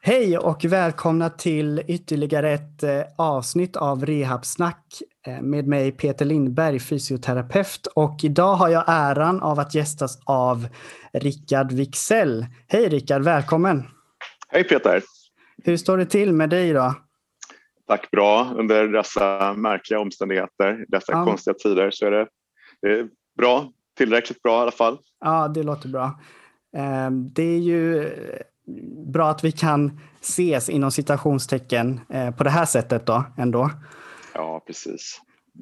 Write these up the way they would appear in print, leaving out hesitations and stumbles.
Hej och välkomna till ytterligare ett avsnitt av Rehabsnack med mig Peter Lindberg, fysioterapeut. Och idag har jag äran av att gästas av Rickard Wicksell. Hej Rickard, välkommen! Hej Peter! Hur står det till med dig då? Tack, bra. Under dessa märkliga omständigheter, dessa konstiga tider så är det bra, tillräckligt bra i alla fall. Ja, det låter bra. Det är ju bra att vi kan ses inom citationstecken på det här sättet då ändå. Ja, precis.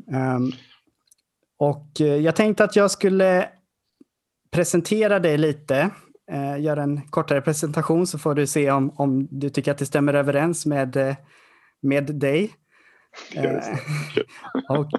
Och jag tänkte att jag skulle presentera dig lite. Göra en kortare presentation så får du se om du tycker att det stämmer överens med dig. Och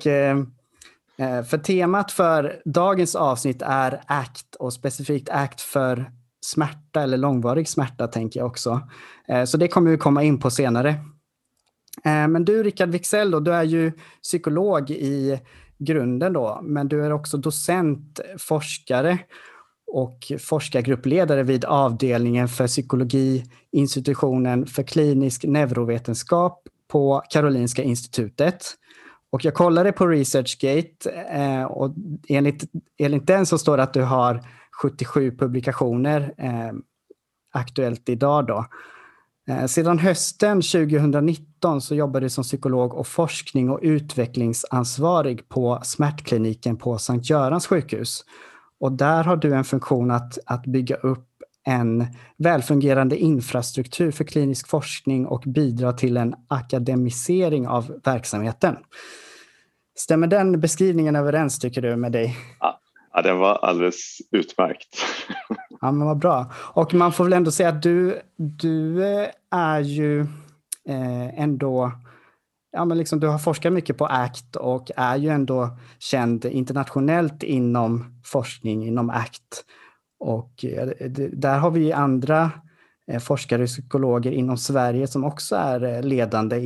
för temat för dagens avsnitt är ACT och specifikt ACT för smärta eller långvarig smärta tänker jag också. Så det kommer vi komma in på senare. Men du Rickard Wicksell då, du är ju psykolog i grunden då, men du är också docent, forskare och forskargruppledare vid avdelningen för psykologi, institutionen för klinisk neurovetenskap på Karolinska institutet. Och jag kollade på ResearchGate och enligt den så står det att du har 77 publikationer aktuellt idag då. Sedan hösten 2019 så jobbar du som psykolog och forskning- och utvecklingsansvarig på smärtkliniken på Sankt Görans sjukhus. Och där har du en funktion att bygga upp en välfungerande infrastruktur för klinisk forskning och bidra till en akademisering av verksamheten. Stämmer den beskrivningen överens tycker du med dig? Ja, det var alldeles utmärkt. Ja, men vad bra. Och man får väl ändå säga att du är ju ändå, ja men liksom du har forskat mycket på ACT och är ju ändå känd internationellt inom forskning inom ACT. Och där har vi andra forskare och psykologer inom Sverige som också är ledande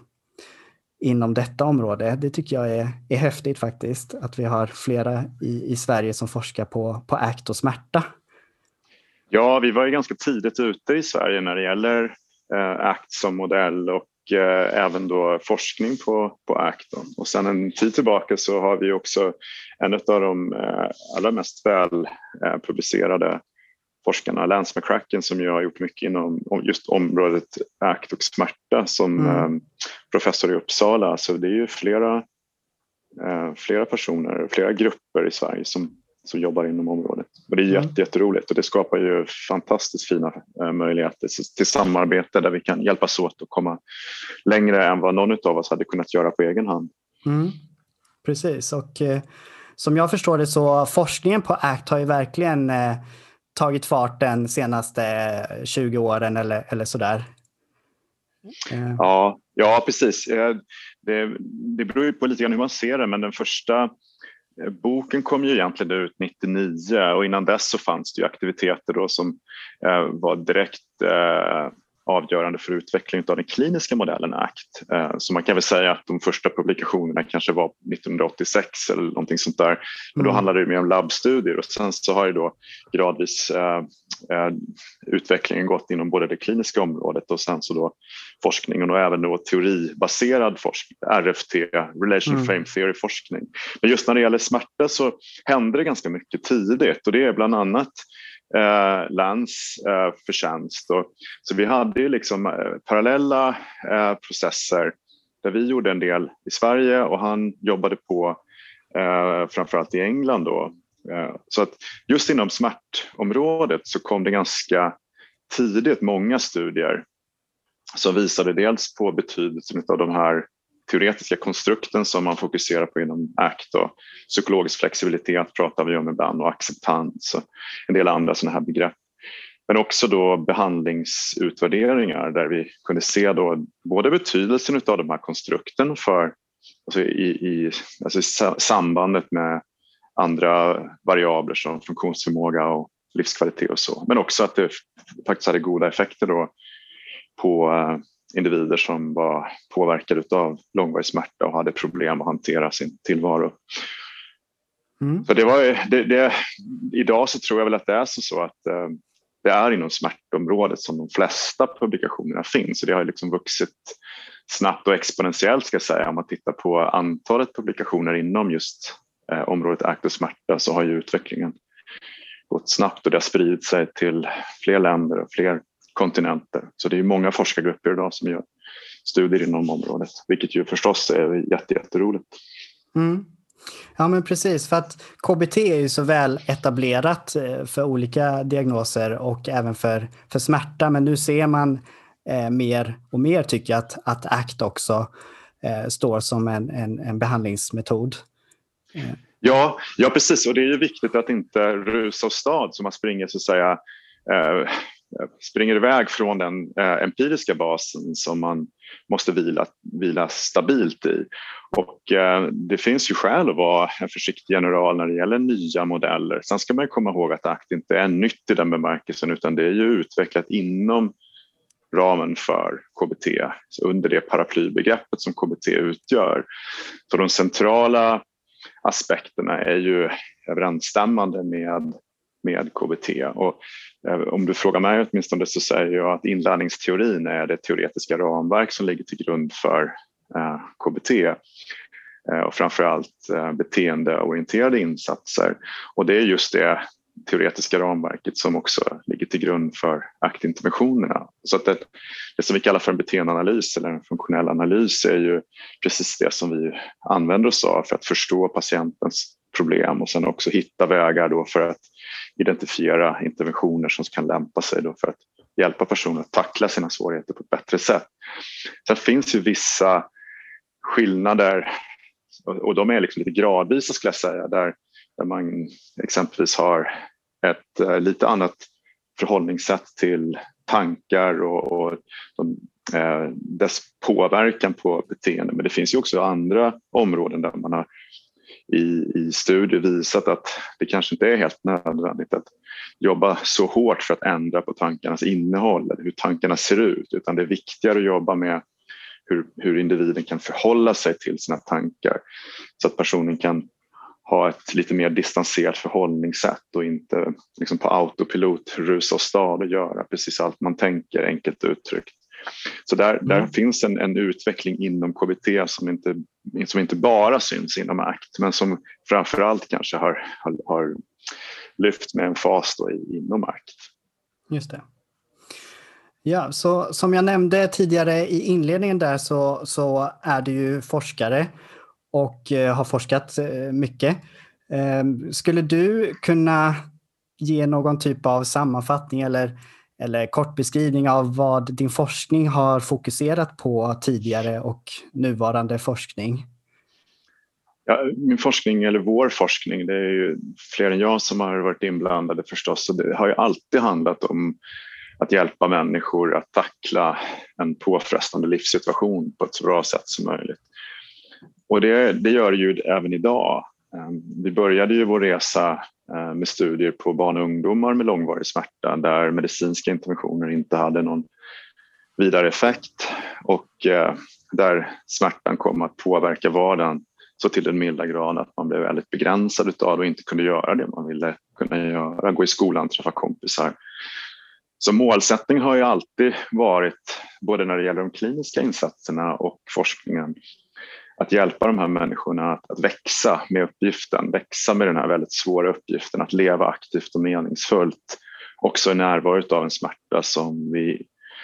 inom detta område. Det tycker jag är häftigt faktiskt, att vi har flera i Sverige som forskar på ACT och smärta. Ja, vi var ju ganska tidigt ute i Sverige när det gäller ACT som modell och även då forskning på ACT. Och sen en tid tillbaka så har vi också en av de allra mest väl publicerade forskarna, Lance McCracken, som ju har gjort mycket inom just området ACT och smärta som professor i Uppsala. Så det är ju flera personer, flera grupper i Sverige som jobbar inom området. Och det är jätteroligt och det skapar ju fantastiskt fina möjligheter till samarbete där vi kan hjälpas åt och komma längre än vad någon av oss hade kunnat göra på egen hand. Precis, och som jag förstår det så forskningen på ACT har ju verkligen tagit fart den senaste 20 åren eller sådär. Ja, precis. Det beror ju på lite grann hur man ser det, men den första boken kom ju egentligen ut 99 och innan dess så fanns det ju aktiviteter då som var direkt avgörande för utvecklingen av den kliniska modellen ACT. Så man kan väl säga att de första publikationerna kanske var 1986 eller någonting sånt där. Men då handlade det mer om labbstudier och sen så har ju då gradvis utvecklingen gått inom både det kliniska området och sen så då forskningen och även då teoribaserad forskning, RFT, Relational Frame Theory forskning. Men just när det gäller smärta så händer det ganska mycket tidigt och det är bland annat Lance förtjänst. Så vi hade ju liksom parallella processer där vi gjorde en del i Sverige och han jobbade på framförallt i England då. Så att just inom smärtområdet så kom det ganska tidigt många studier som visade dels på betydelsen av de här teoretiska konstrukten som man fokuserar på inom ACT och psykologisk flexibilitet pratar vi om ibland och acceptans och en del andra sådana här begrepp. Men också då behandlingsutvärderingar där vi kunde se då både betydelsen av de här konstrukten för alltså i sambandet med andra variabler som funktionsförmåga och livskvalitet och så. Men också att det faktiskt hade goda effekter då på individer som var påverkade av långvarig smärta och hade problem att hantera sin tillvaro. Så det var idag så tror jag väl att det är så att det är inom smärtområdet som de flesta publikationerna finns. Så det har liksom vuxit snabbt och exponentiellt, ska jag säga. Om man tittar på antalet publikationer inom just området ACT och smärta, så har ju utvecklingen gått snabbt och det har spridit sig till fler länder och fler kontinenter. Så det är många forskargrupper idag som gör studier inom området, vilket ju förstås är jätteroligt. Mm. Ja, men precis, för att KBT är ju så väl etablerat för olika diagnoser och även för smärta, men nu ser man mer och mer, tycker jag, att ACT också står som en behandlingsmetod. Ja, precis, och det är ju viktigt att inte rusa åstad så man springer, så att säga, springer iväg från den empiriska basen som man måste vila stabilt i. Och det finns ju skäl att vara en försiktig general när det gäller nya modeller. Sen ska man komma ihåg att ACT inte är nytt i den bemärkelsen, utan det är ju utvecklat inom ramen för KBT, under det paraplybegreppet som KBT utgör. Så de centrala aspekterna är ju överensstämmande med KBT. Och om du frågar mig åtminstone, så säger jag att inlärningsteorin är det teoretiska ramverk som ligger till grund för KBT och framförallt beteendeorienterade insatser. Och det är just det teoretiska ramverket som också ligger till grund för ACT-interventionerna. Så att det som vi kallar för en beteendeanalys eller en funktionell analys är ju precis det som vi använder oss av för att förstå patientens problem och sen också hitta vägar då för att identifiera interventioner som kan lämpa sig då för att hjälpa personer att tackla sina svårigheter på ett bättre sätt. Sen finns ju vissa skillnader, och de är liksom lite gradvisa, skulle jag säga, där man exempelvis har ett lite annat förhållningssätt till tankar och dess påverkan på beteende. Men det finns ju också andra områden där man har i studier visat att det kanske inte är helt nödvändigt att jobba så hårt för att ändra på tankarnas innehåll eller hur tankarna ser ut, utan det är viktigare att jobba med hur individen kan förhålla sig till sina tankar så att personen kan ha ett lite mer distanserat förhållningssätt och inte liksom på autopilot rusa åstad och göra precis allt man tänker, enkelt uttryckt. Så där finns en utveckling inom KBT som inte bara syns inom ACT, men som framförallt kanske har lyft med en fas då inom ACT. Just det. Ja, så som jag nämnde tidigare i inledningen där så är du ju forskare och har forskat mycket. Skulle du kunna ge någon typ av sammanfattning eller kort beskrivning av vad din forskning har fokuserat på tidigare och nuvarande forskning? Ja, min forskning, eller vår forskning, det är ju fler än jag som har varit inblandade förstås. Så det har ju alltid handlat om att hjälpa människor att tackla en påfrestande livssituation på ett så bra sätt som möjligt. Och det gör det ju även idag. Vi började ju vår resa med studier på barn och ungdomar med långvarig smärta där medicinska interventioner inte hade någon vidare effekt och där smärtan kom att påverka vardagen så till den milda grad att man blev väldigt begränsad utav och inte kunde göra det man ville kunna göra, gå i skolan, träffa kompisar. Så målsättningen har ju alltid varit, både när det gäller de kliniska insatserna och forskningen, att hjälpa de här människorna att växa med uppgiften, växa med den här väldigt svåra uppgiften att leva aktivt och meningsfullt, också i närvaro av en smärta som vi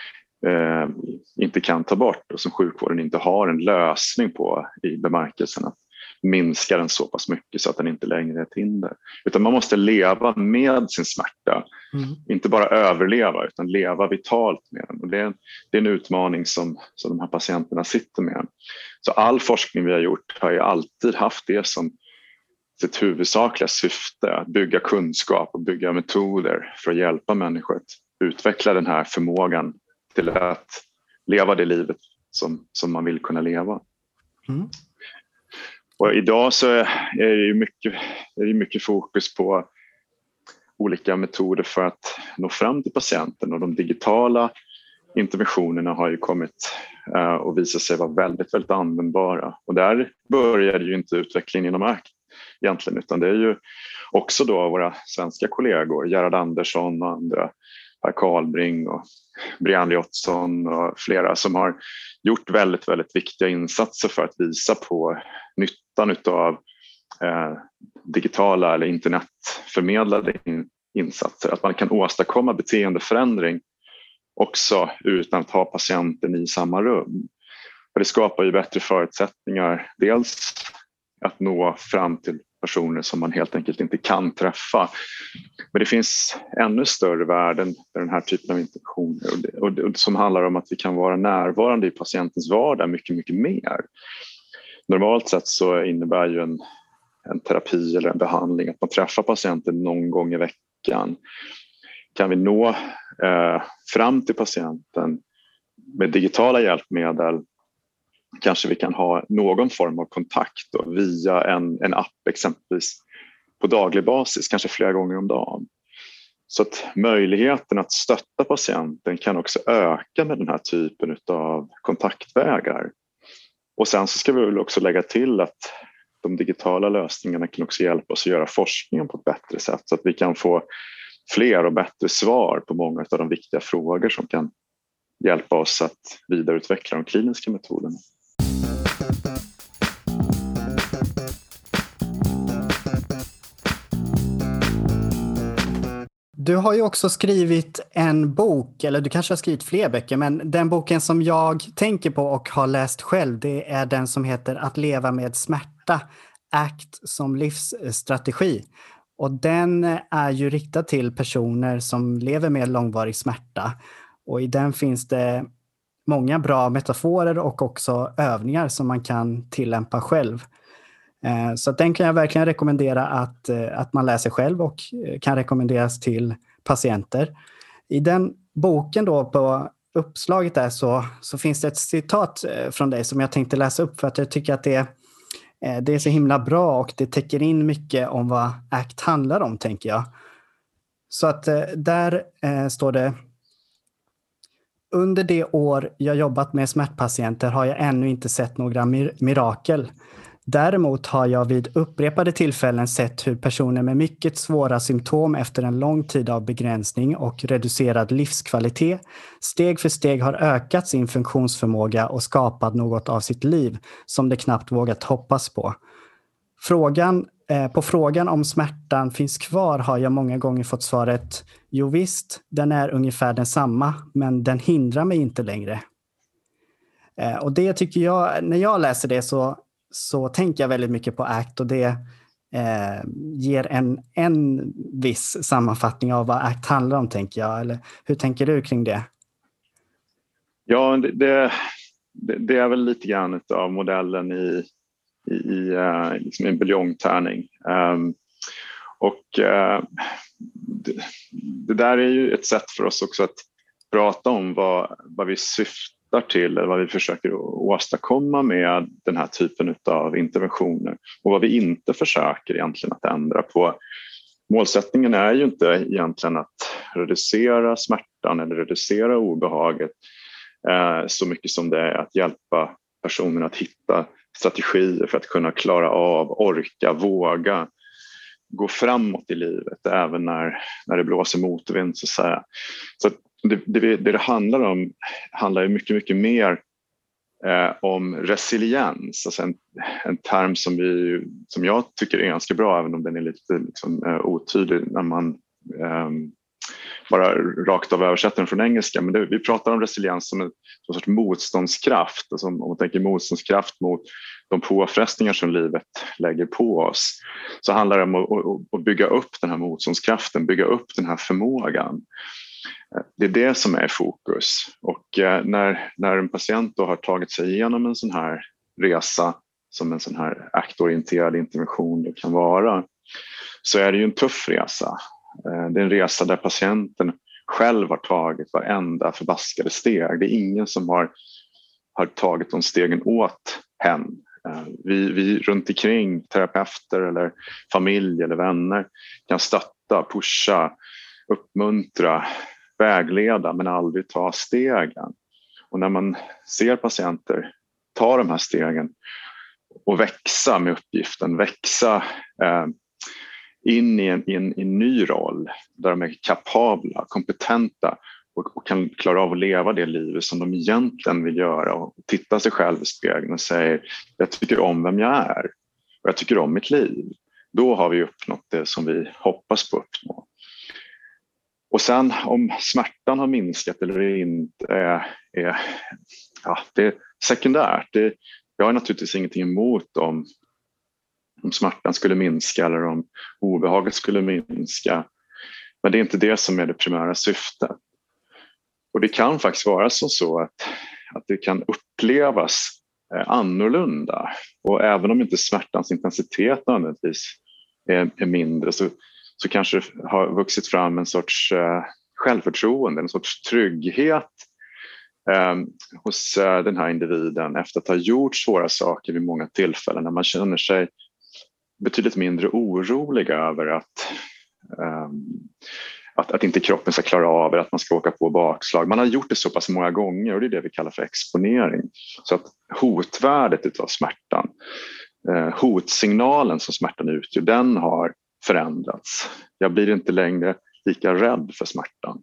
inte kan ta bort och som sjukvården inte har en lösning på i bemärkelsen att minska den så pass mycket så att den inte längre är ett hinder. Utan man måste leva med sin smärta, inte bara överleva utan leva vitalt med den. Och det är en utmaning som de här patienterna sitter med. Så all forskning vi har gjort har ju alltid haft det som sitt huvudsakliga syfte, att bygga kunskap och bygga metoder för att hjälpa människor att utveckla den här förmågan till att leva det livet som man vill kunna leva. Mm. Och idag så är det mycket fokus på olika metoder för att nå fram till patienten, och de digitala interventionerna har ju kommit och visat sig vara väldigt, väldigt användbara. Och där började ju inte utvecklingen inom ACT egentligen, utan det är ju också då våra svenska kollegor, Gerhard Andersson och andra, Per Karlbring och Brian Liotsson och flera som har gjort väldigt, väldigt viktiga insatser för att visa på nyttan av digitala eller internetförmedlade insatser. Att man kan åstadkomma beteendeförändring också utan att ha patienten i samma rum. För det skapar ju bättre förutsättningar, dels att nå fram till personer som man helt enkelt inte kan träffa. Men det finns ännu större värden för den här typen av interventioner och som handlar om att vi kan vara närvarande i patientens vardag mycket, mycket mer. Normalt sett så innebär ju en terapi eller en behandling att man träffar patienten någon gång i veckan. Kan vi nå fram till patienten med digitala hjälpmedel, kanske vi kan ha någon form av kontakt då, via en app exempelvis på daglig basis, kanske flera gånger om dagen. Så att möjligheten att stötta patienten kan också öka med den här typen av kontaktvägar. Och sen så ska vi väl också lägga till att de digitala lösningarna kan också hjälpa oss att göra forskningen på ett bättre sätt så att vi kan få fler och bättre svar på många av de viktiga frågor som kan hjälpa oss att vidareutveckla de kliniska metoderna. Du har ju också skrivit en bok, eller du kanske har skrivit fler böcker, men den boken som jag tänker på och har läst själv, det är den som heter Att leva med smärta, ACT som livsstrategi. Och den är ju riktad till personer som lever med långvarig smärta. Och i den finns det många bra metaforer och också övningar som man kan tillämpa själv. Så den kan jag verkligen rekommendera att man läser själv och kan rekommenderas till patienter. I den boken då på uppslaget där så finns det ett citat från dig som jag tänkte läsa upp för att jag tycker att det är så himla bra och det täcker in mycket om vad ACT handlar om, tänker jag. Så att där står det: under det år jag jobbat med smärtpatienter har jag ännu inte sett några mirakel. Däremot har jag vid upprepade tillfällen sett hur personer med mycket svåra symptom efter en lång tid av begränsning och reducerad livskvalitet steg för steg har ökat sin funktionsförmåga och skapat något av sitt liv som de knappt vågat hoppas på. På frågan om smärtan finns kvar har jag många gånger fått svaret: jo visst, den är ungefär densamma, men den hindrar mig inte längre. Och det tycker jag, när jag läser det så tänker jag väldigt mycket på ACT och det ger en viss sammanfattning av vad ACT handlar om, tänker jag. Eller hur tänker du kring det? Ja, det är väl lite grann av modellen i liksom en buljongtärning. Det där är ju ett sätt för oss också att prata om vad vi syftar till eller vad vi försöker åstadkomma med den här typen av interventioner och vad vi inte försöker egentligen att ändra på. Målsättningen är ju inte egentligen att reducera smärtan eller reducera obehaget så mycket som det är att hjälpa personen att hitta strategier för att kunna klara av, orka, våga gå framåt i livet även när det blåser motvind, så att säga. Så det handlar om handlar ju mycket, mycket mer om resiliens, alltså en term som jag tycker är ganska bra, även om den är lite liksom, otydlig när man bara rakt av översätter den från engelska. Men vi pratar om resiliens som en sorts motståndskraft, alltså om man tänker motståndskraft mot de påfrestningar som livet lägger på oss, så handlar det om att bygga upp den här motståndskraften, bygga upp den här förmågan. Det är det som är i fokus. Och när en patient då har tagit sig igenom en sån här resa som en sån här aktorienterad intervention det kan vara, så är det ju en tuff resa. Det är en resa där patienten själv har tagit varenda förbaskade steg. Det är ingen som har tagit de stegen åt hen. Vi runt omkring, terapeuter eller familj eller vänner, kan stötta, pusha, uppmuntra, vägleda men aldrig ta stegen. Och när man ser patienter ta de här stegen och växa med uppgiften, växa in i en ny roll där de är kapabla, kompetenta och kan klara av att leva det livet som de egentligen vill göra och titta sig själv i spegeln och säga jag tycker om vem jag är och jag tycker om mitt liv. Då har vi uppnått det som vi hoppas på att uppnå. Och sen om smärtan har minskat eller inte det är sekundärt. Jag har naturligtvis ingenting emot om smärtan skulle minska eller om obehaget skulle minska. Men det är inte det som är det primära syftet. Och det kan faktiskt vara så att det kan upplevas annorlunda. Och även om inte smärtans intensitet nödvändigtvis är mindre så kanske det har vuxit fram en sorts självförtroende, en sorts trygghet hos den här individen efter att ha gjort svåra saker vid många tillfällen när man känner sig betydligt mindre orolig över att inte kroppen ska klara av det, att man ska åka på bakslag. Man har gjort det så pass många gånger och det är det vi kallar för exponering. Så att hotvärdet utav smärtan, hotsignalen som smärtan utgör, den har förändrats. Jag blir inte längre lika rädd för smärtan.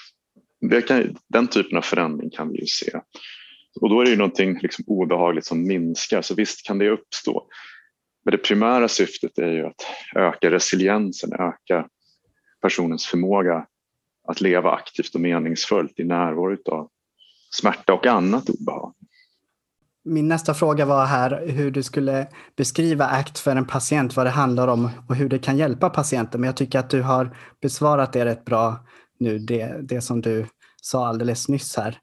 Den typen av förändring kan vi ju se. Och då är det ju någonting liksom obehagligt som minskar, så visst kan det uppstå. Men det primära syftet är ju att öka resiliensen, öka personens förmåga att leva aktivt och meningsfullt i närvaro av smärta och annat obehag. Min nästa fråga var här hur du skulle beskriva ACT för en patient, vad det handlar om och hur det kan hjälpa patienten. Men jag tycker att du har besvarat det rätt bra nu, det som du sa alldeles nyss här.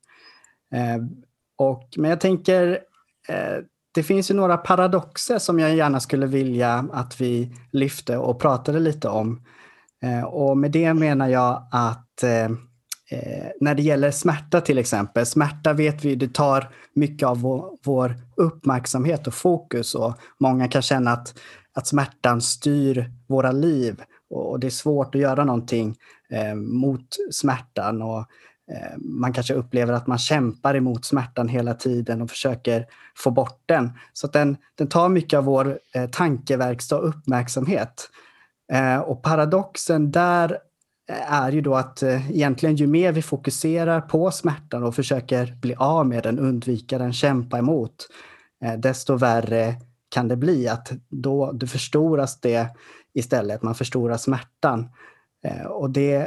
Men jag tänker, det finns ju några paradoxer som jag gärna skulle vilja att vi lyfte och pratade lite om. Och med det menar jag att när det gäller smärta till exempel, smärta vet vi, det tar mycket av vår uppmärksamhet och fokus och många kan känna att smärtan styr våra liv och det är svårt att göra någonting mot smärtan och man kanske upplever att man kämpar emot smärtan hela tiden och försöker få bort den. Så att den tar mycket av vår tankeverkstad och uppmärksamhet. Och paradoxen där är ju då att egentligen ju mer vi fokuserar på smärtan och försöker bli av med den, undvika den, kämpa emot, desto värre kan det bli. Att då förstoras det istället, man förstorar smärtan. Och det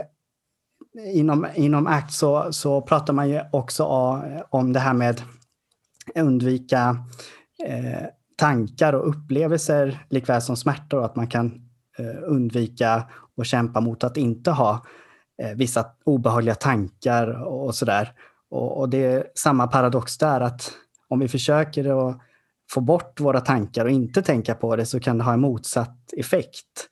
inom ACT så pratar man ju också om det här med undvika tankar och upplevelser likväl som smärtor, att man kan undvika och kämpa mot att inte ha vissa obehagliga tankar och sådär. Och det är samma paradox där, att om vi försöker att få bort våra tankar och inte tänka på det så kan det ha en motsatt effekt.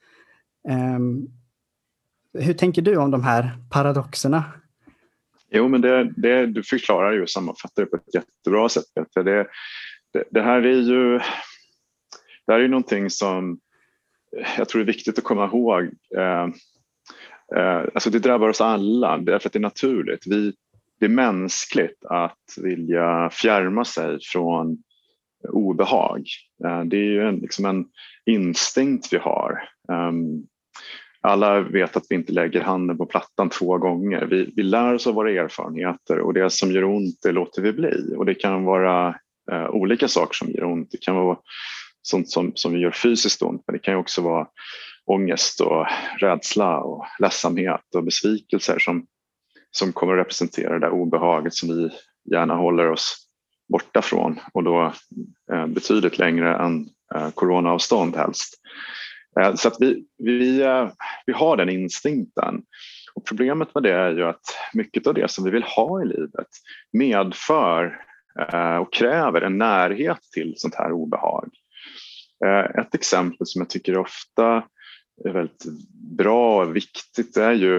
Hur tänker du om de här paradoxerna? Jo, men du förklarar ju och sammanfattar det på ett jättebra sätt. Det här är ju någonting som jag tror är viktigt att komma ihåg. Alltså det drabbar oss alla, därför att det är naturligt. Det är mänskligt att vilja fjärma sig från obehag. Det är ju liksom en instinkt vi har. Alla vet att vi inte lägger handen på plattan 2 gånger. Vi lär oss av våra erfarenheter och det som gör ont, det låter vi bli. Och det kan vara olika saker som gör ont. Det kan vara sånt som vi gör fysiskt ont, men det kan ju också vara ångest och rädsla och ledsamhet och besvikelser som kommer att representera det där obehaget som vi gärna håller oss borta från, och då betydligt längre än coronaavstånd helst. Så att vi har den instinkten. Och problemet med det är ju att mycket av det som vi vill ha i livet medför och kräver en närhet till sånt här obehag. Ett exempel som jag tycker ofta är väldigt bra och viktigt är ju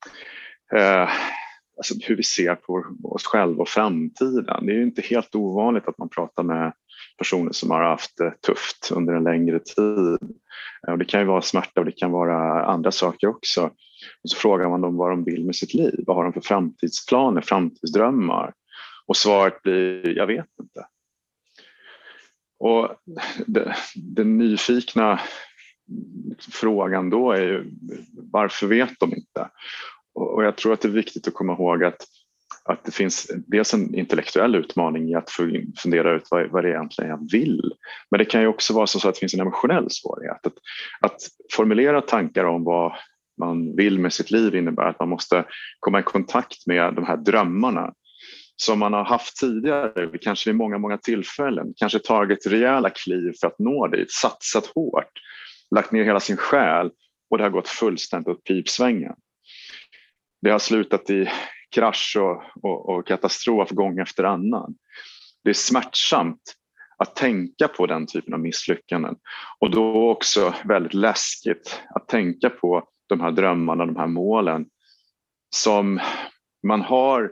alltså hur vi ser på oss själva och framtiden. Det är ju inte helt ovanligt att man pratar med personer som har haft det tufft under en längre tid. Och det kan ju vara smärta och det kan vara andra saker också. Och så frågar man dem vad de vill med sitt liv. Vad har de för framtidsplaner, framtidsdrömmar? Och svaret blir, jag vet inte. Och den nyfikna frågan då är ju, varför vet de inte? Och jag tror att det är viktigt att komma ihåg att det finns dels en intellektuell utmaning i att fundera ut vad det egentligen jag vill. Men det kan ju också vara så att det finns en emotionell svårighet. Att formulera tankar om vad man vill med sitt liv innebär att man måste komma i kontakt med de här drömmarna som man har haft tidigare, kanske vid många tillfällen, kanske tagit rejäla kliv för att nå dit, satsat hårt, lagt ner hela sin själ och det har gått fullständigt åt pipsvängen. Det har slutat i krasch och katastrof gång efter annan. Det är smärtsamt att tänka på den typen av misslyckanden och då också väldigt läskigt att tänka på de här drömmarna, de här målen som man har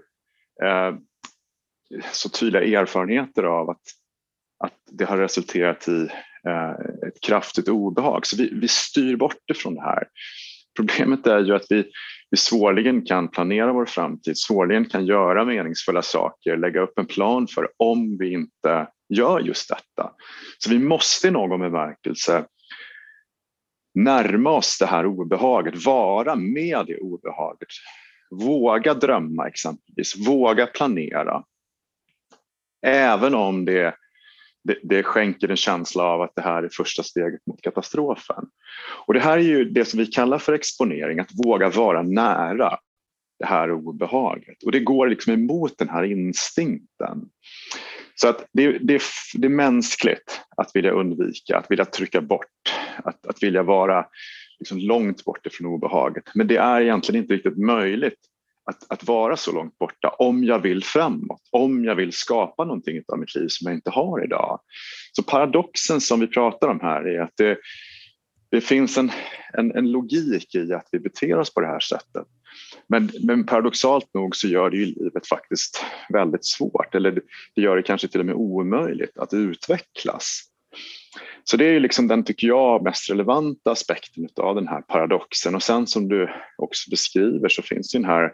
så tydliga erfarenheter av att det har resulterat i ett kraftigt obehag. Så vi styr bort ifrån det här. Problemet är ju att vi svårligen kan planera vår framtid, svårligen kan göra meningsfulla saker, lägga upp en plan för om vi inte gör just detta. Så vi måste i någon bemärkelse närma oss det här obehaget, vara med det obehaget. Våga drömma exempelvis, våga planera. Även om det skänker en känsla av att det här är första steget mot katastrofen. Och det här är ju det som vi kallar för exponering, att våga vara nära det här obehaget. Och det går liksom emot den här instinkten. Så att det är mänskligt att vilja undvika, att vilja trycka bort, att vilja vara liksom långt bort ifrån obehaget. Men det är egentligen inte riktigt möjligt att vara så långt borta om jag vill framåt, om jag vill skapa någonting av mitt liv som jag inte har idag. Så paradoxen som vi pratar om här är att det finns en logik i att vi beter oss på det här sättet. Men paradoxalt nog så gör det ju livet faktiskt väldigt svårt, eller det gör det kanske till och med omöjligt att utvecklas. Så det är ju liksom den, tycker jag, mest relevanta aspekten av den här paradoxen. Och sen som du också beskriver så finns ju den här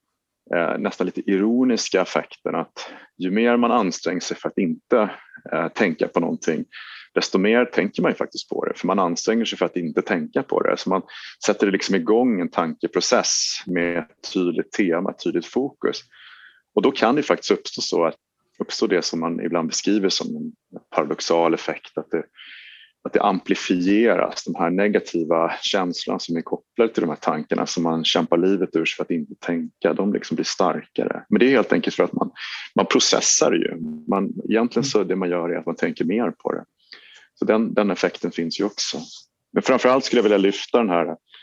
nästan lite ironiska effekten att ju mer man anstränger sig för att inte tänka på någonting, desto mer tänker man ju faktiskt på det, för man anstränger sig för att inte tänka på det. Så man sätter liksom igång en tankeprocess med ett tydligt tema, ett tydligt fokus. Och då kan det faktiskt uppstå det som man ibland beskriver som en paradoxal effekt, att det amplifieras, de här negativa känslorna som är kopplade till de här tankarna som man kämpar livet ur för att inte tänka, de liksom blir starkare. Men det är helt enkelt för att man processar ju. Egentligen så det man gör är att man tänker mer på det. Så den effekten finns ju också. Men framförallt skulle jag vilja lyfta den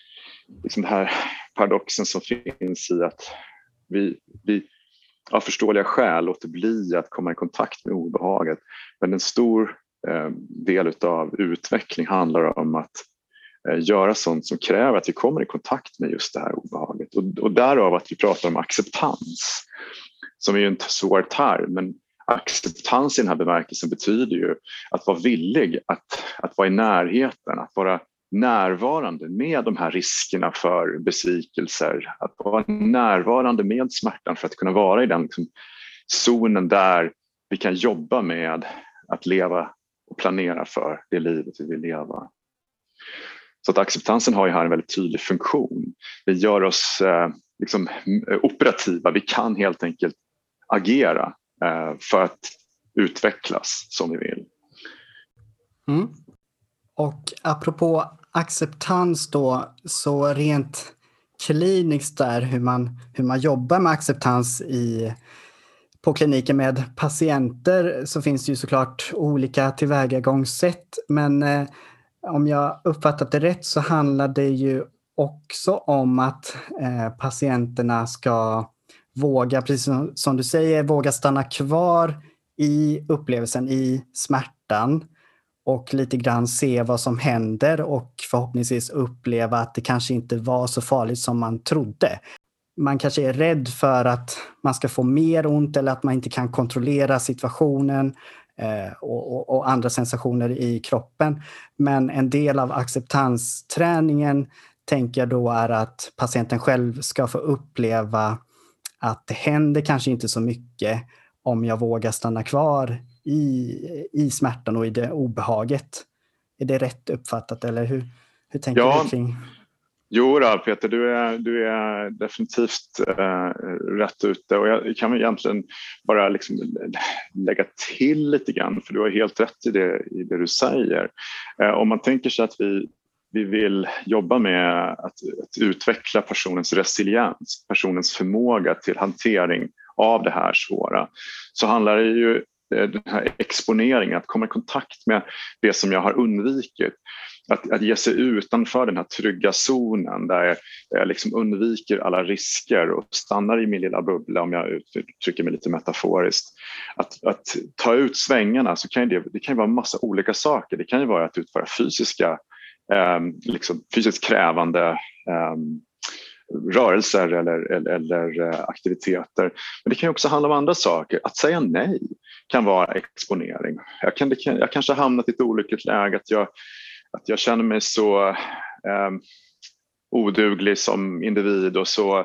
här paradoxen som finns i att vi av förståeliga skäl låter bli att komma i kontakt med obehaget. Men en stor del av utveckling handlar om att göra sånt som kräver att vi kommer i kontakt med just det här obehaget. Och därav att vi pratar om acceptans, som är ju en svår term, men acceptans i den här bemärkelsen betyder ju att vara villig att vara i närheten, att vara närvarande med de här riskerna för besvikelser, att vara närvarande med smärtan för att kunna vara i den liksom zonen där vi kan jobba med att leva och planera för det livet vi vill leva. Så att acceptansen har ju här en väldigt tydlig funktion. Det gör oss liksom operativa. Vi kan helt enkelt agera för att utvecklas som vi vill. Mm. Och apropå acceptans då, så rent kliniskt där hur man jobbar med acceptans på kliniken med patienter, så finns det ju såklart olika tillvägagångssätt, men om jag uppfattat det rätt så handlar det ju också om att patienterna ska våga, precis som du säger, våga stanna kvar i upplevelsen, i smärtan och lite grann se vad som händer och förhoppningsvis uppleva att det kanske inte var så farligt som man trodde. Man kanske är rädd för att man ska få mer ont eller att man inte kan kontrollera situationen och andra sensationer i kroppen. Men en del av acceptansträningen tänker jag då är att patienten själv ska få uppleva att det händer kanske inte så mycket om jag vågar stanna kvar i smärtan och i det obehaget. Är det rätt uppfattat eller hur? Hur tänker du kring? Jo då, Peter, du är definitivt rätt ute, och jag kan egentligen bara liksom lägga till lite grann, för du har helt rätt i det du säger. Om man tänker sig att vi vill jobba med att utveckla personens resiliens, personens förmåga till hantering av det här svåra, så handlar det ju den här exponeringen, att komma i kontakt med det som jag har undvikit. Att ge sig utanför den här trygga zonen där jag liksom undviker alla risker och stannar i min lilla bubbla, om jag uttrycker mig lite metaforiskt. Att ta ut svängarna, så kan det kan ju vara en massa olika saker. Det kan ju vara att utföra fysiskt krävande rörelser eller aktiviteter. Men det kan också handla om andra saker. Att säga nej kan vara exponering. Jag kanske har hamnat i ett olyckligt läge att jag känner mig så oduglig som individ och så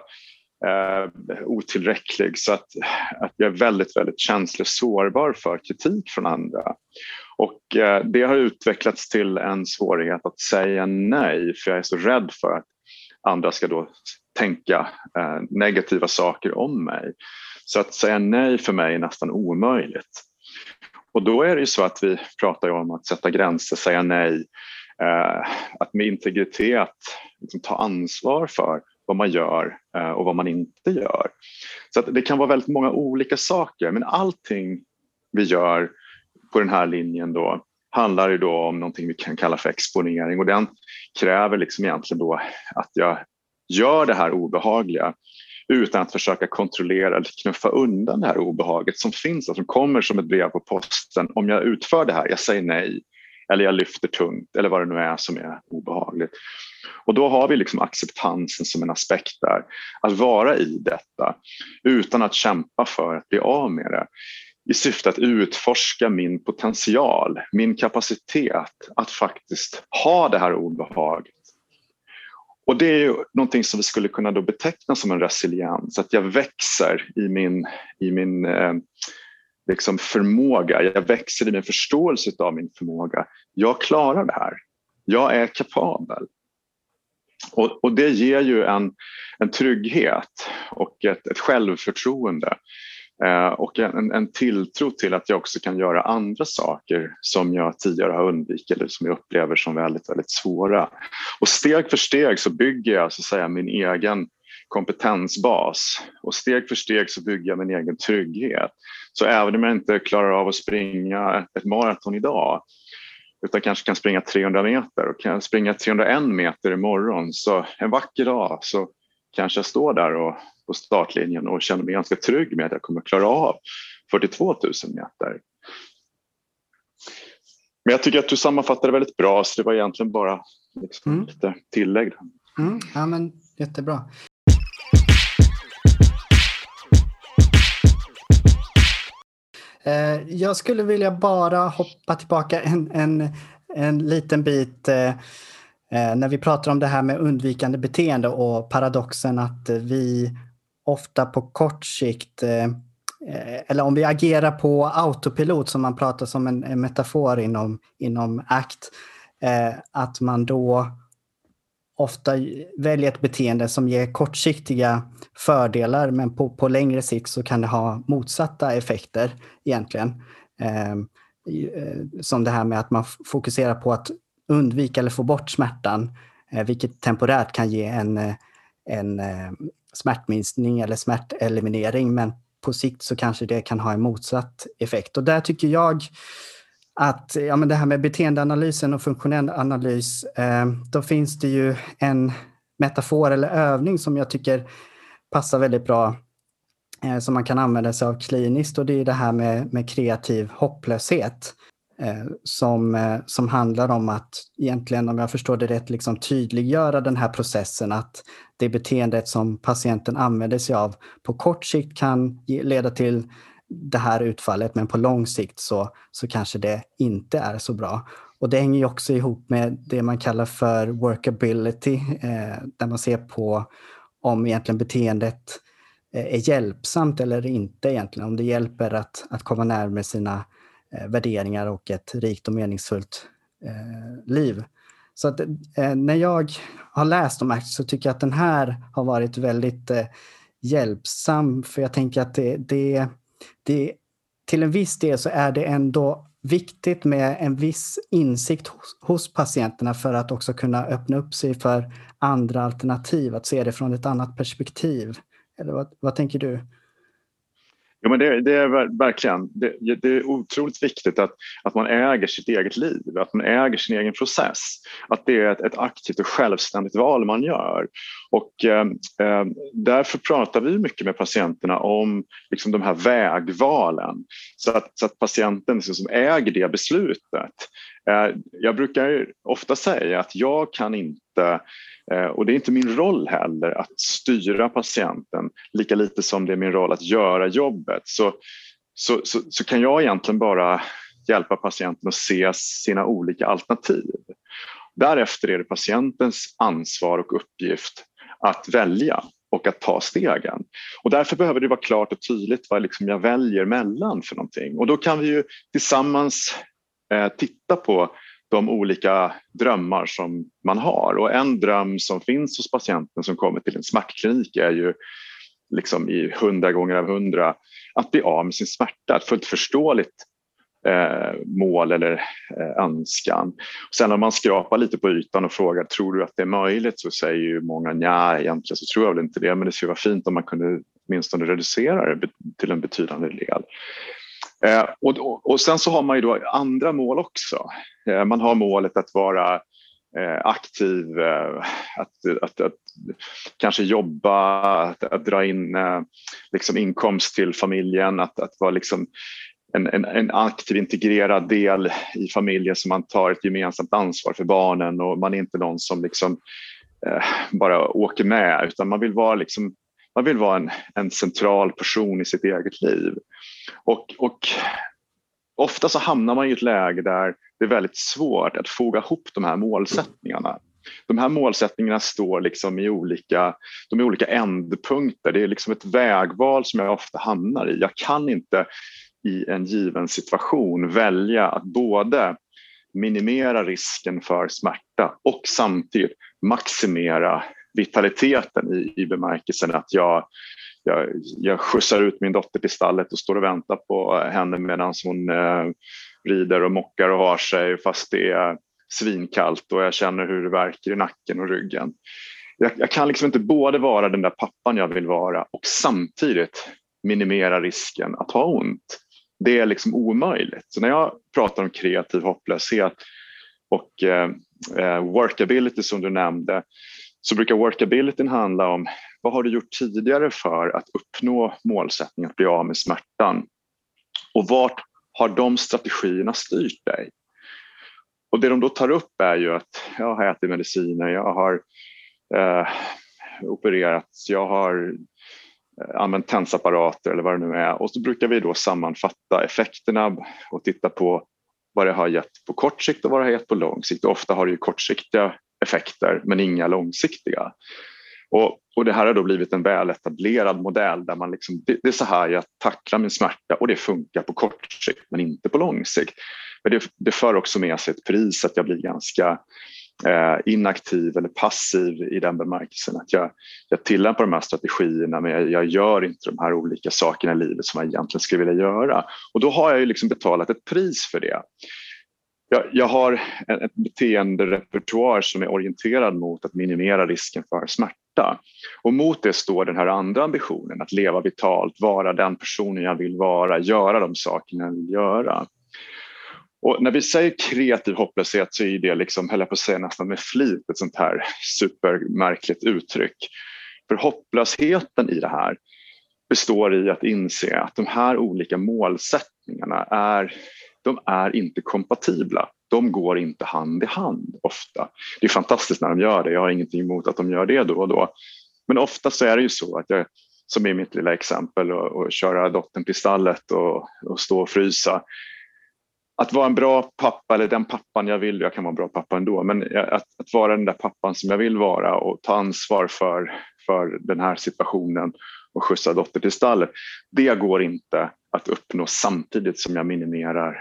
otillräcklig, så att jag är väldigt, väldigt känslig och sårbar för kritik från andra. Och det har utvecklats till en svårighet att säga nej, för jag är så rädd för att andra ska då tänka negativa saker om mig. Så att säga nej för mig är nästan omöjligt. Och då är det ju så att vi pratar om att sätta gränser, säga nej, att med integritet liksom ta ansvar för vad man gör och vad man inte gör. Så att det kan vara väldigt många olika saker, men allting vi gör på den här linjen då handlar ju då om någonting vi kan kalla för exponering, och den kräver liksom egentligen då att jag gör det här obehagliga utan att försöka kontrollera eller knuffa undan det här obehaget som finns och som kommer som ett brev på posten. Om jag utför det här, jag säger nej eller jag lyfter tungt eller vad det nu är som är obehagligt. Och då har vi liksom acceptansen som en aspekt där. Att vara i detta utan att kämpa för att bli av med det. I syfte att utforska min potential, min kapacitet att faktiskt ha det här obehaget. Och det är ju någonting som vi skulle kunna då beteckna som en resiliens. Att jag växer i min liksom förmåga. Jag växer i min förståelse av min förmåga. Jag klarar det här. Jag är kapabel. Och det ger ju en trygghet och ett självförtroende. Och en tilltro till att jag också kan göra andra saker som jag tidigare har undvikit eller som jag upplever som väldigt, väldigt svåra. Och steg för steg så bygger jag så att säga min egen kompetensbas, och steg för steg så bygger jag min egen trygghet. Så även om jag inte klarar av att springa ett maraton idag, utan kanske kan springa 300 meter och kan springa 301 meter imorgon, så en vacker dag så kanske jag står där och på startlinjen och känner mig ganska trygg med att jag kommer klara av 42 000 meter. Men jag tycker att du sammanfattade väldigt bra, så det var egentligen bara liksom lite tillägg. Ja, men jättebra. Jag skulle vilja bara hoppa tillbaka en liten bit när vi pratar om det här med undvikande beteende och paradoxen att vi ofta på kort sikt, eller om vi agerar på autopilot som man pratar som en metafor inom ACT, att man då ofta väljer ett beteende som ger kortsiktiga fördelar, men på längre sikt så kan det ha motsatta effekter egentligen. Som det här med att man fokuserar på att undvika eller få bort smärtan, vilket temporärt kan ge en smärtminskning eller smärteliminering, men på sikt så kanske det kan ha en motsatt effekt. Och där tycker jag att men det här med beteendeanalysen och funktionell analys, då finns det ju en metafor eller övning som jag tycker passar väldigt bra, som man kan använda sig av kliniskt, och det är det här med kreativ hopplöshet. Som handlar om att egentligen, om jag förstår det rätt, liksom tydliggöra den här processen, att det beteendet som patienten använder sig av på kort sikt kan leda till det här utfallet, men på lång sikt så kanske det inte är så bra. Och det hänger ju också ihop med det man kallar för workability, där man ser på om egentligen beteendet är hjälpsamt eller inte egentligen, om det hjälper att komma närmare sina värderingar och ett rikt och meningsfullt liv. Så att, när jag har läst om ACT så tycker jag att den här har varit väldigt hjälpsam. För jag tänker att det till en viss del så är det ändå viktigt med en viss insikt hos patienterna för att också kunna öppna upp sig för andra alternativ, att se det från ett annat perspektiv. Eller vad tänker du? Ja, men det är verkligen det är otroligt viktigt att man äger sitt eget liv, att man äger sin egen process, att det är ett aktivt och självständigt val man gör. Och därför pratar vi mycket med patienterna om liksom de här vägvalen, så att patienten liksom äger det beslutet. Jag brukar ofta säga att jag kan inte, och det är inte min roll heller, att styra patienten, lika lite som det är min roll att göra jobbet. Så kan jag egentligen bara hjälpa patienten att se sina olika alternativ. Därefter är det patientens ansvar och uppgift att välja och att ta stegen. Och därför behöver det vara klart och tydligt vad liksom jag väljer mellan för någonting. Och då kan vi ju tillsammans titta på de olika drömmar som man har. Och en dröm som finns hos patienten som kommer till en smärtklinik är ju liksom i 100 gånger av 100 att bli av med sin smärta. Ett fullt förståeligt mål eller önskan. Sen om man skrapar lite på ytan och frågar, tror du att det är möjligt, så säger ju många, nej, egentligen så tror jag väl inte det, men det skulle vara fint om man kunde åtminstone reducera det till en betydande del. Och sen så har man ju då andra mål också. Man har målet att vara aktiv, att kanske jobba, att dra in liksom inkomst till familjen, att vara liksom en aktiv integrerad del i familjen, som man tar ett gemensamt ansvar för barnen, och man är inte någon som liksom bara åker med, utan man vill vara en central person i sitt eget liv. Och ofta så hamnar man i ett läge där det är väldigt svårt att foga ihop de här målsättningarna. De här målsättningarna står liksom i olika ändpunkter. Det är liksom ett vägval som jag ofta hamnar i. Jag kan inte i en given situation välja att både minimera risken för smärta och samtidigt maximera vitaliteten i bemärkelsen att jag skjutsar ut min dotter till stallet och står och väntar på henne medan hon rider och mockar och har sig fast det är svinkallt och jag känner hur det värker i nacken och ryggen. Jag kan liksom inte både vara den där pappan jag vill vara och samtidigt minimera risken att ha ont. Det är liksom omöjligt. Så när jag pratar om kreativ hopplöshet och workability som du nämnde, så brukar workability handla om vad har du gjort tidigare för att uppnå målsättningen att bli av med smärtan, och vart har de strategierna styrt dig? Och det de då tar upp är ju att jag har ätit mediciner, jag har opererats, jag har använt tensapparater eller vad det nu är, och så brukar vi då sammanfatta effekterna och titta på vad det har gett på kort sikt och vad det har gett på lång sikt. Och ofta har det ju kortsiktiga effekter men inga långsiktiga. Och det här har då blivit en väletablerad modell där man liksom, det är så här jag tacklar min smärta och det funkar på kort sikt men inte på lång sikt. Men det för också med sig ett pris att jag blir ganska inaktiv eller passiv i den bemärkelsen att jag tillämpar de här strategierna men jag gör inte de här olika sakerna i livet som jag egentligen skulle vilja göra. Och då har jag ju liksom betalat ett pris för det. Jag har ett beteenderepertoar som är orienterad mot att minimera risken för smärta. Och mot det står den här andra ambitionen att leva vitalt, vara den personen jag vill vara, göra de sakerna jag vill göra. Och när vi säger kreativ hopplöshet så är det liksom, höll jag på att säga nästan med flit, ett sånt här supermärkligt uttryck. För hopplösheten i det här består i att inse att de här olika målsättningarna de är inte kompatibla. De går inte hand i hand ofta. Det är fantastiskt när de gör det. Jag har ingenting emot att de gör det då och då. Men ofta så är det ju så att jag, som i mitt lilla exempel, och köra dottern till stallet och stå och frysa. Att vara en bra pappa, eller den pappan jag vill, jag kan vara en bra pappa ändå, men att vara den där pappan som jag vill vara och ta ansvar för den här situationen och skjutsa dotter till stallet, det går inte att uppnå samtidigt som jag minimerar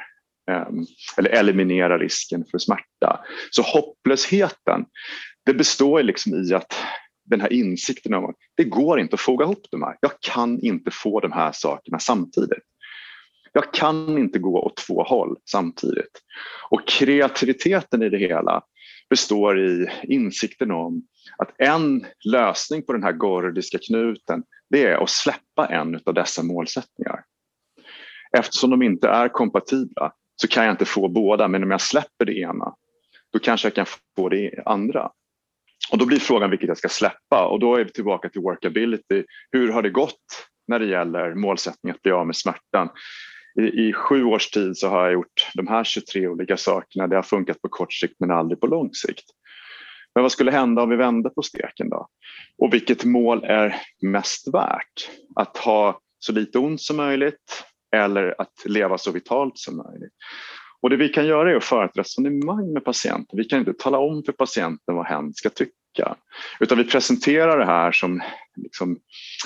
eller eliminera risken för smärta. Så hopplösheten, det består liksom i att den här insikten om att det går inte att foga ihop de här. Jag kan inte få de här sakerna samtidigt. Jag kan inte gå åt två håll samtidigt. Och kreativiteten i det hela består i insikten om att en lösning på den här gordiska knuten, det är att släppa en av dessa målsättningar. Eftersom de inte är kompatibla så kan jag inte få båda, men om jag släpper det ena, då kanske jag kan få det andra. Och då blir frågan vilket jag ska släppa, och då är vi tillbaka till workability. Hur har det gått när det gäller målsättningen att bli av med smärtan? I 7 års tid så har jag gjort de här 23 olika sakerna. Det har funkat på kort sikt men aldrig på lång sikt. Men vad skulle hända om vi vände på steken då? Och vilket mål är mest värt? Att ha så lite ont som möjligt eller att leva så vitalt som möjligt? Och det vi kan göra är att föra ett resonemang med patienten. Vi kan inte tala om för patienten vad hen ska tycka. Utan vi presenterar det här som liksom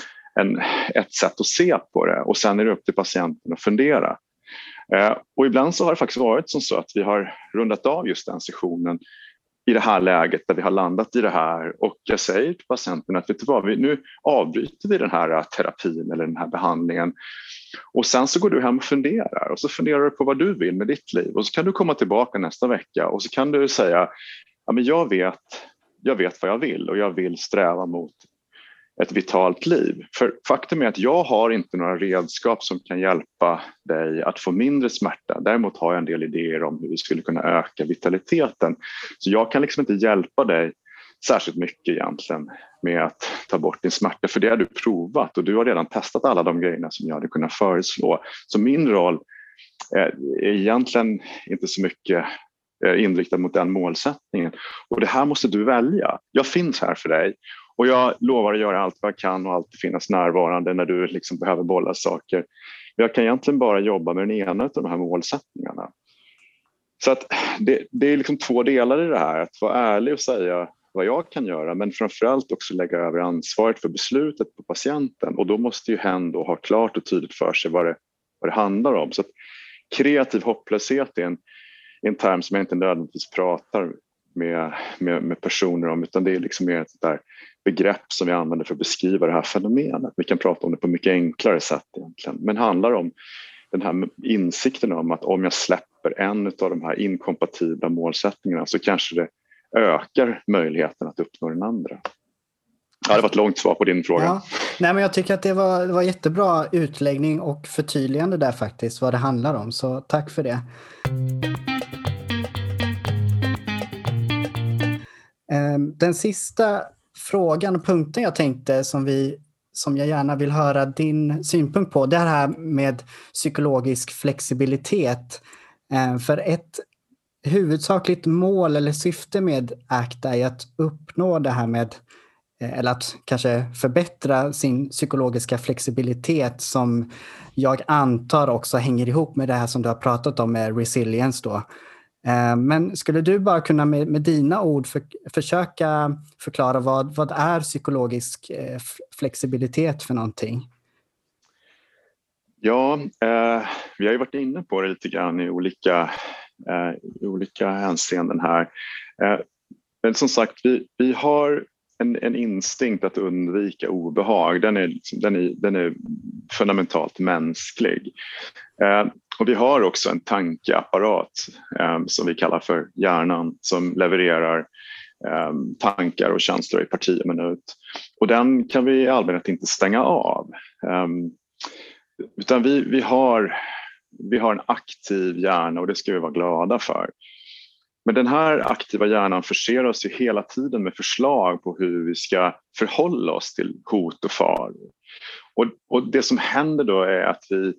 ett sätt att se på det, och sen är det upp till patienten att fundera. Och ibland så har det faktiskt varit som så att vi har rundat av just den sessionen i det här läget där vi har landat i det här, och jag säger till patienten att vet du vad, nu avbryter vi den här terapin eller den här behandlingen, och sen så går du hem och funderar, och så funderar du på vad du vill med ditt liv, och så kan du komma tillbaka nästa vecka och så kan du säga ja, men jag vet vad jag vill, och jag vill sträva mot ett vitalt liv. För faktum är att jag har inte några redskap som kan hjälpa dig att få mindre smärta. Däremot har jag en del idéer om hur vi skulle kunna öka vitaliteten. Så jag kan liksom inte hjälpa dig särskilt mycket egentligen med att ta bort din smärta. För det har du provat, och du har redan testat alla de grejerna som jag hade kunnat föreslå. Så min roll är egentligen inte så mycket inriktad mot den målsättningen. Och det här måste du välja. Jag finns här för dig. Och jag lovar att göra allt vad jag kan och alltid finnas närvarande när du liksom behöver bolla saker. Men jag kan egentligen bara jobba med den ena av de här målsättningarna. Så att det är liksom 2 delar i det här. Att vara ärlig och säga vad jag kan göra, men framförallt också lägga över ansvaret för beslutet på patienten. Och då måste ju hen då ha klart och tydligt för sig vad det handlar om. Så att kreativ hopplöshet är en term som jag inte nödvändigtvis pratar med personer om, utan det är liksom mer ett där begrepp som vi använder för att beskriva det här fenomenet. Vi kan prata om det på mycket enklare sätt egentligen, men handlar om den här insikten om att om jag släpper en av de här inkompatibla målsättningarna så kanske det ökar möjligheten att uppnå den andra. Ja, det var ett långt svar på din fråga. Ja. Nej, men jag tycker att det var jättebra utläggning och förtydligande där faktiskt vad det handlar om, så tack för det. Den sista frågan och punkten jag tänkte som jag gärna vill höra din synpunkt på, det här med psykologisk flexibilitet. För ett huvudsakligt mål eller syfte med ACT är att uppnå det här med, eller att kanske förbättra sin psykologiska flexibilitet, som jag antar också hänger ihop med det här som du har pratat om med resilience då. Men skulle du bara kunna med dina ord försöka förklara vad är psykologisk flexibilitet för någonting? Ja, vi har ju varit inne på det lite grann i olika hänseenden här. Men som sagt, vi har en instinkt att undvika obehag. Den är fundamentalt mänsklig. Och vi har också en tankeapparat som vi kallar för hjärnan, som levererar tankar och känslor i parti och minut. Och den kan vi i allmänhet inte stänga av. Utan vi har en aktiv hjärna, och det ska vi vara glada för. Men den här aktiva hjärnan förser oss ju hela tiden med förslag på hur vi ska förhålla oss till hot och far. Och det som händer då är att vi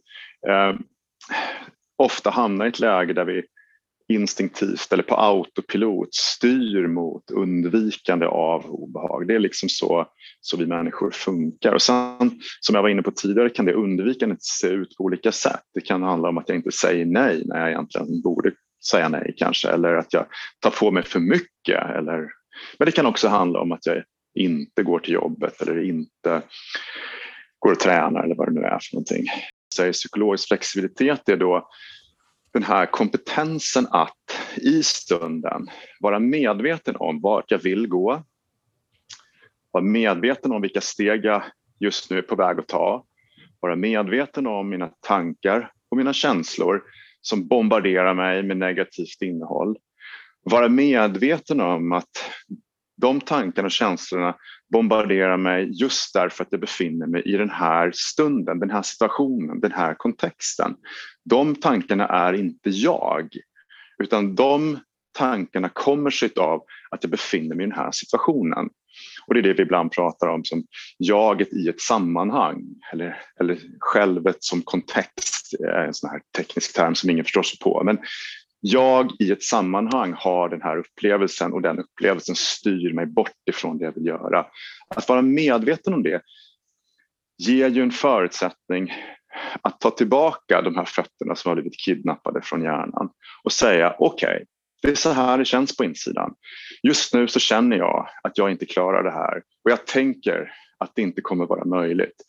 ofta hamnar i ett läge där vi instinktivt eller på autopilot styr mot undvikande av obehag. Det är liksom så vi människor funkar. Och sen, som jag var inne på tidigare, kan det undvikandet se ut på olika sätt. Det kan handla om att jag inte säger nej när jag egentligen borde säga nej kanske, eller att jag tar på mig för mycket. Men det kan också handla om att jag inte går till jobbet eller inte går och tränar eller vad det nu är för någonting. Så psykologisk flexibilitet är då den här kompetensen att i stunden vara medveten om vart jag vill gå, vara medveten om vilka steg jag just nu är på väg att ta, vara medveten om mina tankar och mina känslor som bombarderar mig med negativt innehåll, vara medveten om att de tankarna och känslorna bombarderar mig just därför att jag befinner mig i den här stunden, den här situationen, den här kontexten. De tankarna är inte jag, utan de tankarna kommer sig av att jag befinner mig i den här situationen. Och det är det vi ibland pratar om som jaget i ett sammanhang eller självet som kontext, en sån här teknisk term som ingen förstår sig på. Men jag i ett sammanhang har den här upplevelsen och den upplevelsen styr mig bort ifrån det jag vill göra. Att vara medveten om det ger ju en förutsättning att ta tillbaka de här fötterna som har blivit kidnappade från hjärnan och säga okej, det är så här det känns på insidan. Just nu så känner jag att jag inte klarar det här och jag tänker att det inte kommer vara möjligt.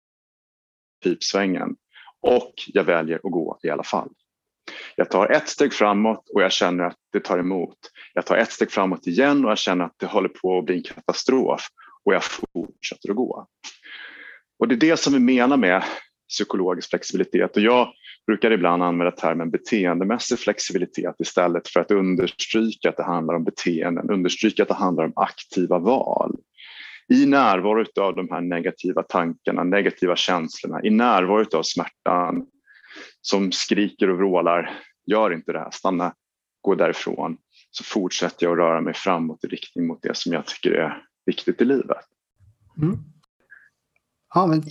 Pipsvängen. Och jag väljer att gå i alla fall. Jag tar ett steg framåt och jag känner att det tar emot. Jag tar ett steg framåt igen och jag känner att det håller på att bli en katastrof och jag fortsätter att gå. Och det är det som vi menar med psykologisk flexibilitet, och jag brukar ibland använda termen beteendemässig flexibilitet istället för att understryka att det handlar om beteenden, understryka att det handlar om aktiva val. I närvaro av de här negativa tankarna, negativa känslorna, i närvaro av smärtan som skriker och vrålar, gör inte det här, stanna, gå därifrån, så fortsätter jag att röra mig framåt i riktning mot det som jag tycker är viktigt i livet. Mm. Ja, men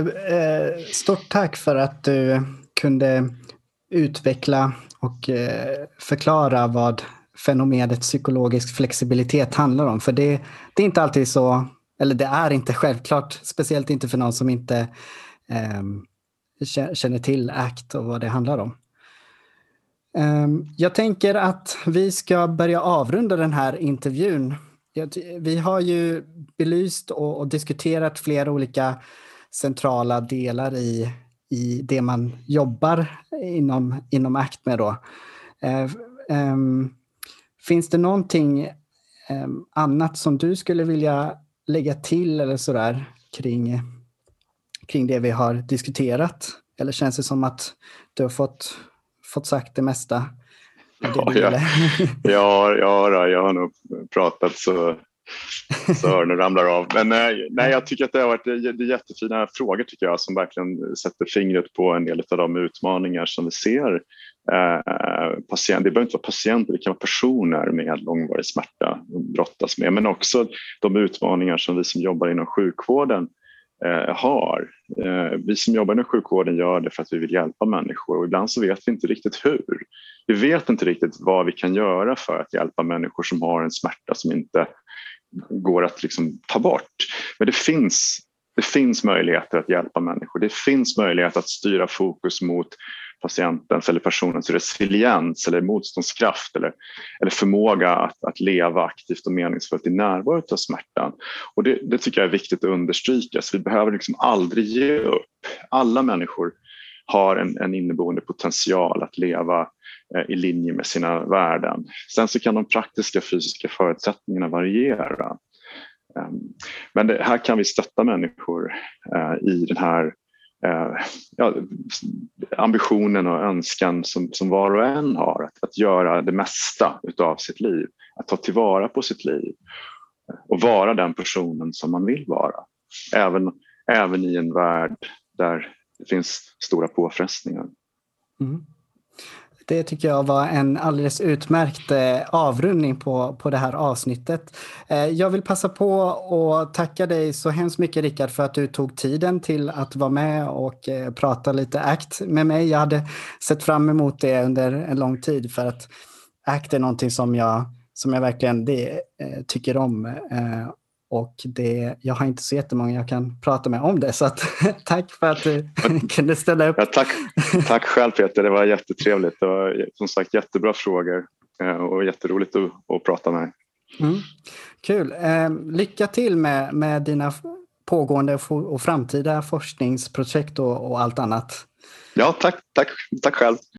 stort tack för att du kunde utveckla och förklara vad fenomenet psykologisk flexibilitet handlar om. För det är inte alltid så, eller det är inte självklart, speciellt inte för någon som inte känner till ACT och vad det handlar om. Jag tänker att vi ska börja avrunda den här intervjun. Vi har ju belyst och diskuterat flera olika centrala delar i det man jobbar inom ACT med då. Finns det någonting annat som du skulle vilja lägga till eller sådär kring det vi har diskuterat? Eller känns det som att du har fått sagt det mesta? Jag har nog pratat så öronen ramlar av. Men nej, jag tycker att det har varit det jättefina frågor tycker jag, som verkligen sätter fingret på en del av de utmaningar som vi ser. Det behöver inte vara patienter, det kan vara personer med långvarig smärta brottas med, men också de utmaningar som vi som jobbar inom sjukvården har. Vi som jobbar inom sjukvården gör det för att vi vill hjälpa människor, och ibland så vet vi inte riktigt hur. Vi vet inte riktigt vad vi kan göra för att hjälpa människor som har en smärta som inte går att liksom ta bort. Men det finns möjligheter att hjälpa människor. Det finns möjlighet att styra fokus mot patientens eller personens resiliens eller motståndskraft eller förmåga att leva aktivt och meningsfullt i närvaro av smärtan. Och det tycker jag är viktigt att understryka. Så vi behöver liksom aldrig ge upp. Alla människor har en inneboende potential att leva i linje med sina värden. Sen så kan de praktiska fysiska förutsättningarna variera. Men här kan vi stötta människor i den här ambitionen och önskan som var och en har att göra det mesta utav sitt liv, att ta tillvara på sitt liv och vara den personen som man vill vara, även i en värld där det finns stora påfrestningar. Mm. Det tycker jag var en alldeles utmärkt avrundning på det här avsnittet. Jag vill passa på att tacka dig så hemskt mycket, Rickard, för att du tog tiden till att vara med och prata lite ACT med mig. Jag hade sett fram emot det under en lång tid, för att ACT är någonting som jag verkligen tycker om. Och jag har inte så jättemånga jag kan prata med om det, så att, tack för att du kunde ställa upp. Ja, tack själv, Peter, det var jättetrevligt. Det var som sagt jättebra frågor och jätteroligt att prata med dig. Kul. Lycka till med dina pågående och framtida forskningsprojekt och allt annat. Ja, tack själv.